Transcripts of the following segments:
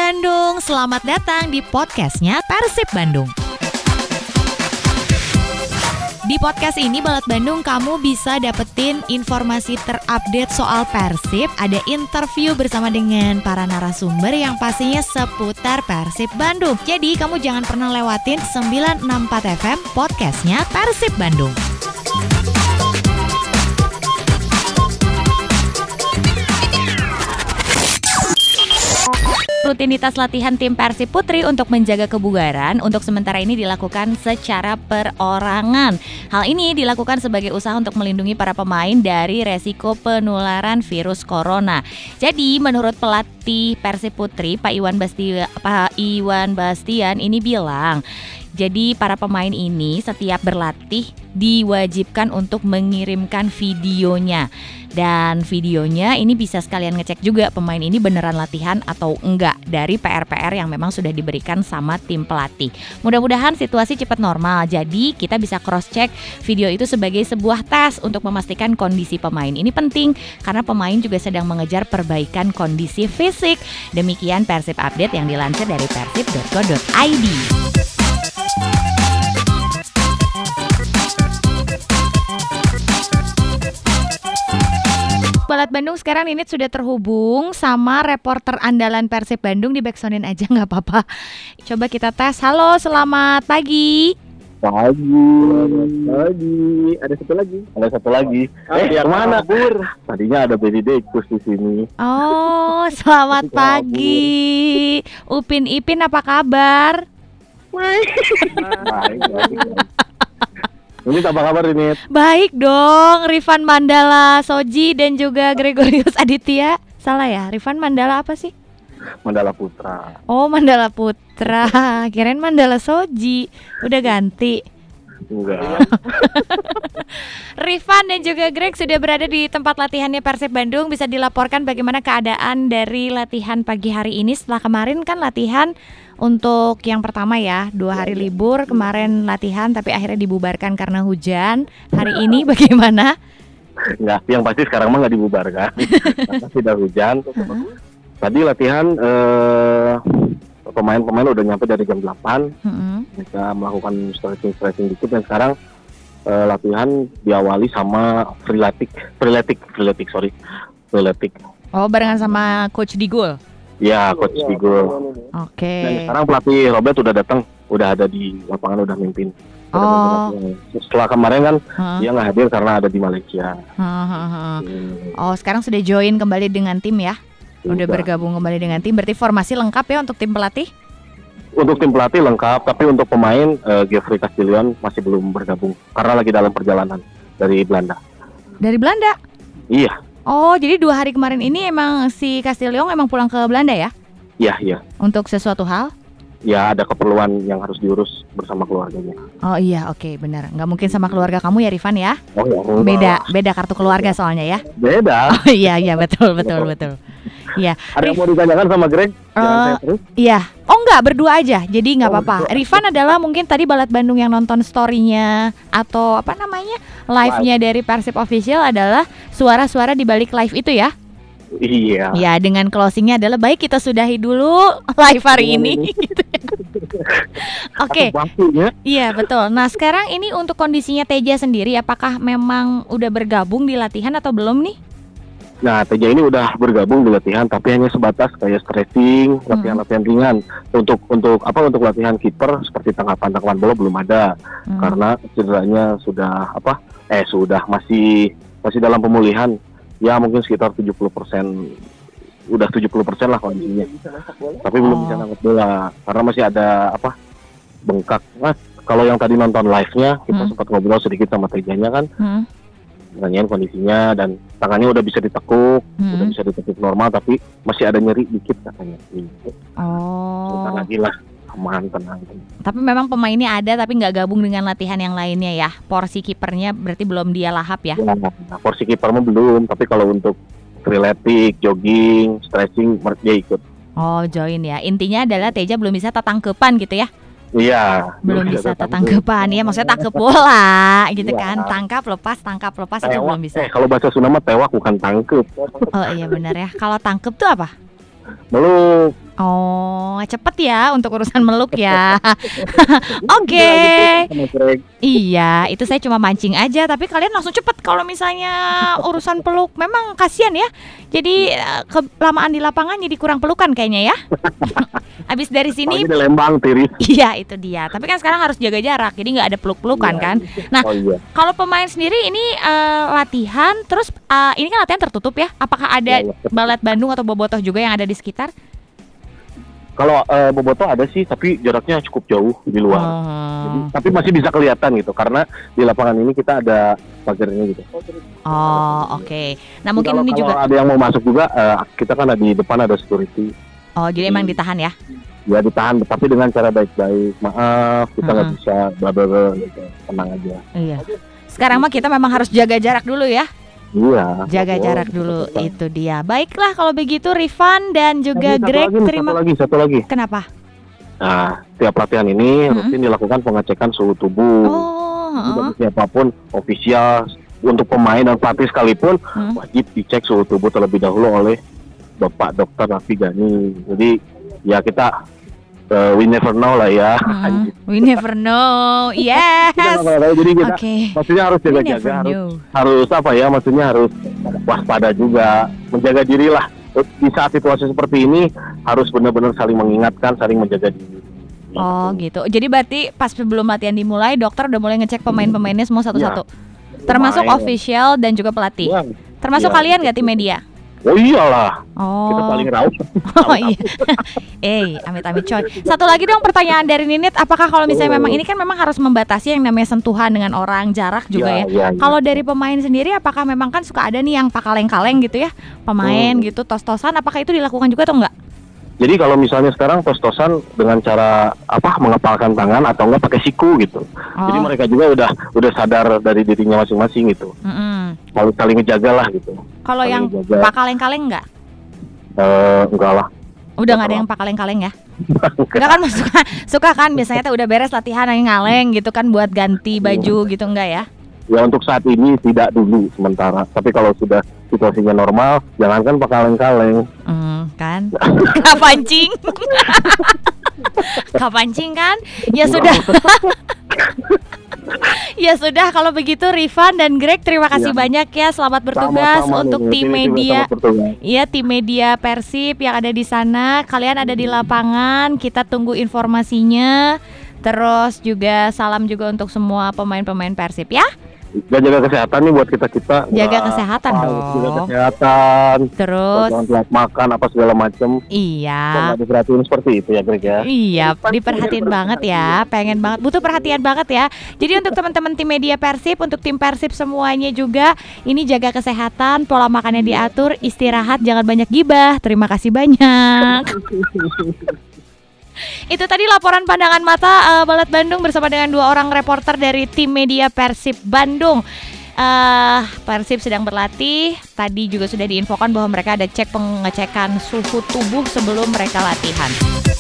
Bandung, selamat datang di podcastnya Persib Bandung. Di podcast ini Balat Bandung kamu bisa dapetin informasi terupdate soal Persib, ada interview bersama dengan para narasumber yang pastinya seputar Persib Bandung. Jadi kamu jangan pernah lewatin 964 FM podcastnya Persib Bandung. Rutinitas latihan tim Persib Putri untuk menjaga kebugaran untuk sementara ini dilakukan secara perorangan. Hal ini dilakukan sebagai usaha untuk melindungi para pemain dari resiko penularan virus corona. Jadi menurut pelatih Persib Putri Pak Iwan Bastian ini bilang, jadi para pemain ini setiap berlatih diwajibkan untuk mengirimkan videonya. Dan videonya ini bisa sekalian ngecek juga pemain ini beneran latihan atau enggak dari PR-PR yang memang sudah diberikan sama tim pelatih. Mudah-mudahan situasi cepat normal. Jadi kita bisa cross-check video itu sebagai sebuah tes untuk memastikan kondisi pemain. Ini penting karena pemain juga sedang mengejar perbaikan kondisi fisik. Demikian Persib Update yang dilansir dari persib.co.id. Balat Bandung sekarang ini sudah terhubung sama reporter andalan Persib Bandung. Di backsoundin aja nggak apa-apa. Coba kita tes. Halo, selamat pagi. Pagi. Ada satu lagi. Kemana, Bur? Tadinya ada Baby Dekus di sini. Oh, selamat pagi. Upin Ipin apa kabar? Baik. Ini apa kabar ini? Baik dong, Rifan Mandala Soji dan juga Gregorius Aditya. Salah ya, Rifan Mandala apa sih? Mandala Putra. Oh, Mandala Putra. Kirain Mandala Soji. Udah ganti. Enggak. Rifan dan juga Greg sudah berada di tempat latihannya Persib Bandung. Bisa dilaporkan bagaimana keadaan dari latihan pagi hari ini setelah kemarin kan latihan untuk yang pertama ya, 2 hari libur, kemarin latihan tapi akhirnya dibubarkan karena hujan. Hari ini bagaimana? Enggak, yang pasti sekarang mah nggak dibubarkan. Karena sudah hujan. Tadi latihan pemain-pemain udah nyampe dari jam 8. Mereka melakukan stretching dikit dan sekarang latihan diawali sama freeletic. Oh, barengan sama Coach Digul. Ya, Coach Digul. Oke. Dan sekarang pelatih Robert udah datang, udah ada di lapangan, udah mimpin. Setelah kemarin kan dia nggak hadir karena ada di Malaysia. Oh, sekarang sudah join kembali dengan tim ya? Udah bergabung kembali dengan tim. Berarti formasi lengkap ya untuk tim pelatih? Untuk tim pelatih lengkap, tapi untuk pemain Geoffrey Castillion masih belum bergabung karena lagi dalam perjalanan dari Belanda. Dari Belanda? Iya. Oh, jadi 2 hari kemarin ini emang si Castillion emang pulang ke Belanda ya? Iya. Untuk sesuatu hal? Ya, ada keperluan yang harus diurus bersama keluarganya. Oh iya, oke, benar. Nggak mungkin sama keluarga kamu ya, Rifan ya? Oh iya. Beda kartu keluarga soalnya ya? Beda. Oh iya, betul. Iya. Ada yang mau ditanyakan sama Greg? Iya. Oh enggak, berdua aja. Jadi enggak apa-apa. Rifan adalah mungkin tadi Balat Bandung yang nonton story-nya atau apa namanya? Live-nya dari Persib Official adalah suara-suara di balik live itu ya? Iya. Ya, dengan closing-nya adalah baik kita sudahi dulu live hari ini. Oke. Iya, betul. Nah, sekarang ini untuk kondisinya Teja sendiri apakah memang udah bergabung di latihan atau belum nih? Nah, Teja ini udah bergabung di latihan tapi hanya sebatas kayak stretching, latihan-latihan ringan. Untuk latihan kiper seperti tangkapan bola belum ada karena cederanya masih dalam pemulihan. Ya mungkin sekitar 70%. Udah 70% lah kondisinya. Tapi belum bisa nangkep bola karena masih ada bengkak. Nah, kalau yang tadi nonton live-nya kita sempat ngobrol sedikit sama Tejanya kan. Nanyain kondisinya dan tangannya udah bisa ditekuk, normal tapi masih ada nyeri dikit katanya. Sebentar lagi lah, tenang. Tapi memang pemainnya ada tapi nggak gabung dengan latihan yang lainnya ya. Porsi kipernya berarti belum dia lahap ya? Nah, porsi kipernya belum, tapi kalau untuk freeletic, jogging, stretching dia ikut. Oh, join ya. Intinya adalah Teja belum bisa tatangkepan gitu ya? Iya. Belum bisa tatangkepan ya, maksudnya tangkep bola gitu kan. Tangkap lepas itu belum bisa. Kalau bahasa Sunda mah tewak bukan tangkep. Oh iya benar ya. Kalau tangkep tuh apa? Belum Oh, cepet ya untuk urusan meluk ya. Oke. Sama Greg. Iya, itu saya cuma mancing aja, tapi kalian langsung cepet kalau misalnya urusan peluk. Memang kasihan ya. Jadi kelamaan di lapangan jadi kurang pelukan kayaknya ya. Habis dari sini, Apalagi di Lembang, Tiris. iya itu dia. Tapi kan sekarang harus jaga jarak, jadi nggak ada peluk-pelukan kan. Nah, Oh iya. kalau pemain sendiri ini latihan, terus ini kan latihan tertutup ya. Apakah ada Iya, iya. Balet Bandung atau Bobotoh juga yang ada di sekitar? Kalau Boboto ada sih, tapi jaraknya cukup jauh di luar. Jadi, tapi masih bisa kelihatan gitu, karena di lapangan ini kita ada pagarnya gitu. Oh, oke. Nah, Jadi mungkin kalau, ini kalau juga. ada yang mau masuk juga, kita kan ada di depan ada security. Oh, jadi emang ditahan ya? Ya ditahan, tapi dengan cara baik-baik. Maaf, kita nggak Mm-mm. bisa, bla bla bla, gitu. Tenang aja. Iya. Sekarang mah kita memang harus jaga jarak dulu ya. Iya. Jaga nggak jarak boleh, dulu, tetap. itu dia. Baiklah kalau begitu Rifan dan juga Tapi Greg, satu lagi. Kenapa? Nah, tiap latihan ini Mm-mm. rutin dilakukan pengecekan suhu tubuh. Oh, Jadi bagi siapapun, ofisial, untuk pemain dan pelatih sekalipun, wajib dicek suhu tubuh terlebih dahulu oleh Bapak Dokter Raffi Gani. Jadi ya kita we never know lah ya. We never know. Kita Yes. nggak pernah tahu, jadi kita Oke. maksudnya harus We jaga-jaga, never harus know. harus apa ya, maksudnya harus waspada juga, menjaga diri lah. Di saat situasi seperti ini harus benar-benar saling mengingatkan, saling menjaga diri. Oh gitu. Jadi berarti pas sebelum latihan dimulai, dokter udah mulai ngecek pemain-pemainnya semua satu-satu. Termasuk Pemain. official dan juga pelatih. Ya, Termasuk Iya. kalian nggak tim media? oh iyalah, kita Oh. paling raut. Oh iya. Amit-amit coy. Satu lagi dong pertanyaan dari Ninit, apakah kalau misalnya memang ini kan memang harus membatasi yang namanya sentuhan dengan orang, jarak juga ya. Ya. Kalau dari pemain sendiri apakah memang kan suka ada nih yang pakaleng-kaleng gitu ya, pemain gitu, tos-tosan, apakah itu dilakukan juga atau enggak? Jadi kalau misalnya sekarang tos-tosan dengan cara apa, mengepalkan tangan atau enggak pakai siku gitu. Jadi Oh. mereka juga udah sadar dari dirinya masing-masing gitu. Mm-mm. Saling ngejaga lah gitu. Kalau Saling yang ngejaga. pakaleng-kaleng enggak? Enggak lah. Udah nggak ada yang pakaleng-kaleng ya? Enggak kan suka kan biasanya tuh udah beres latihan yang ngaleng gitu kan buat ganti baju gitu enggak ya? Ya untuk saat ini tidak dulu sementara. Tapi kalau sudah situasinya normal, jangankan pakaleng-kaleng. Kan? Kapancing. Kapancing kan? Ya sudah. Ya sudah kalau begitu Rifan dan Greg terima kasih Iya. banyak ya, selamat bertugas Sama-sama untuk nih, tim Tiris juga media. selamat bertugas. Iya, tim media Persib yang ada di sana. Kalian ada di lapangan, kita tunggu informasinya. Terus juga salam juga untuk semua pemain-pemain Persib ya. Dan jaga kesehatan nih buat kita-kita. Jaga Wah, kesehatan jaga dong. kesehatan. Terus Jangan telat makan apa segala macam. iya. Nggak diperhatiin seperti itu ya Greg ya. Iya, diperhatiin banget ya, pengen banget, butuh perhatian banget ya. Jadi untuk teman-teman tim media Persib, untuk tim Persib semuanya juga, ini jaga kesehatan, pola makannya diatur, istirahat, jangan banyak gibah. Terima kasih banyak. Itu tadi laporan pandangan mata Balet Bandung bersama dengan dua orang reporter dari tim media Persib Bandung. Persib sedang berlatih. Tadi juga sudah diinfokan bahwa mereka ada cek pengecekan suhu tubuh sebelum mereka latihan.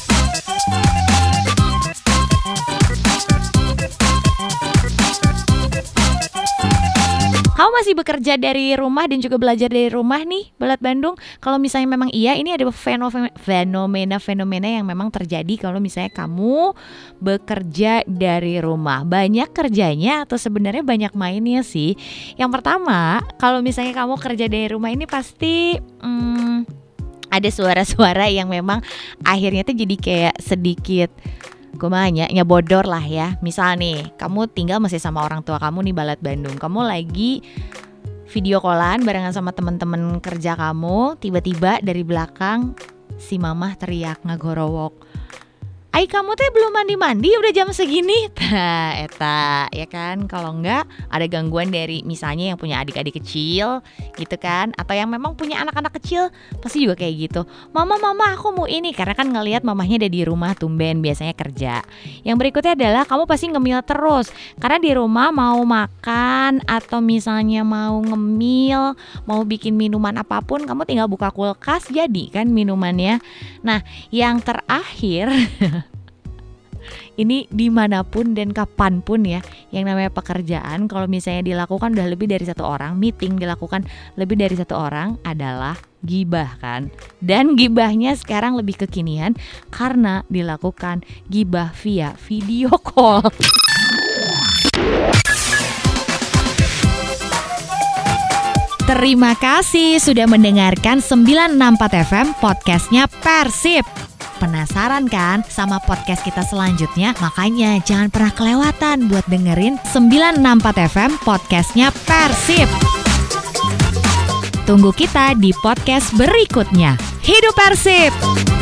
Kamu masih bekerja dari rumah dan juga belajar dari rumah nih, Balet Bandung? Kalau misalnya memang iya, ini ada fenomena yang memang terjadi kalau misalnya kamu bekerja dari rumah. Banyak kerjanya atau sebenarnya banyak mainnya sih. Yang pertama, kalau misalnya kamu kerja dari rumah ini pasti ada suara-suara yang memang akhirnya tuh jadi kayak sedikit bodor lah ya. Misal nih, kamu tinggal masih sama orang tua kamu nih, Balet Bandung. Kamu lagi video callan barengan sama teman-teman kerja kamu. Tiba-tiba dari belakang si mamah teriak ngagorowok, "Ai kamu teh belum mandi-mandi udah jam segini." Tah, eta ya kan. Kalau enggak ada gangguan dari misalnya yang punya adik-adik kecil gitu kan, atau yang memang punya anak-anak kecil pasti juga kayak gitu. Mama aku mau ini, karena kan ngelihat mamahnya ada di rumah tumben biasanya kerja. Yang berikutnya adalah kamu pasti ngemil terus karena di rumah mau makan atau misalnya mau ngemil, mau bikin minuman apapun, kamu tinggal buka kulkas jadi kan minumannya. Nah, yang terakhir ini dimanapun dan kapanpun ya, yang namanya pekerjaan kalau misalnya dilakukan udah lebih dari satu orang, meeting dilakukan lebih dari satu orang adalah gibah kan. Dan gibahnya sekarang lebih kekinian karena dilakukan gibah via video call. Terima kasih sudah mendengarkan 964 FM podcastnya Persib. Penasaran kan sama podcast kita selanjutnya? Makanya jangan pernah kelewatan buat dengerin 964 FM podcastnya Persib. Tunggu kita di podcast berikutnya. Hidup Persib!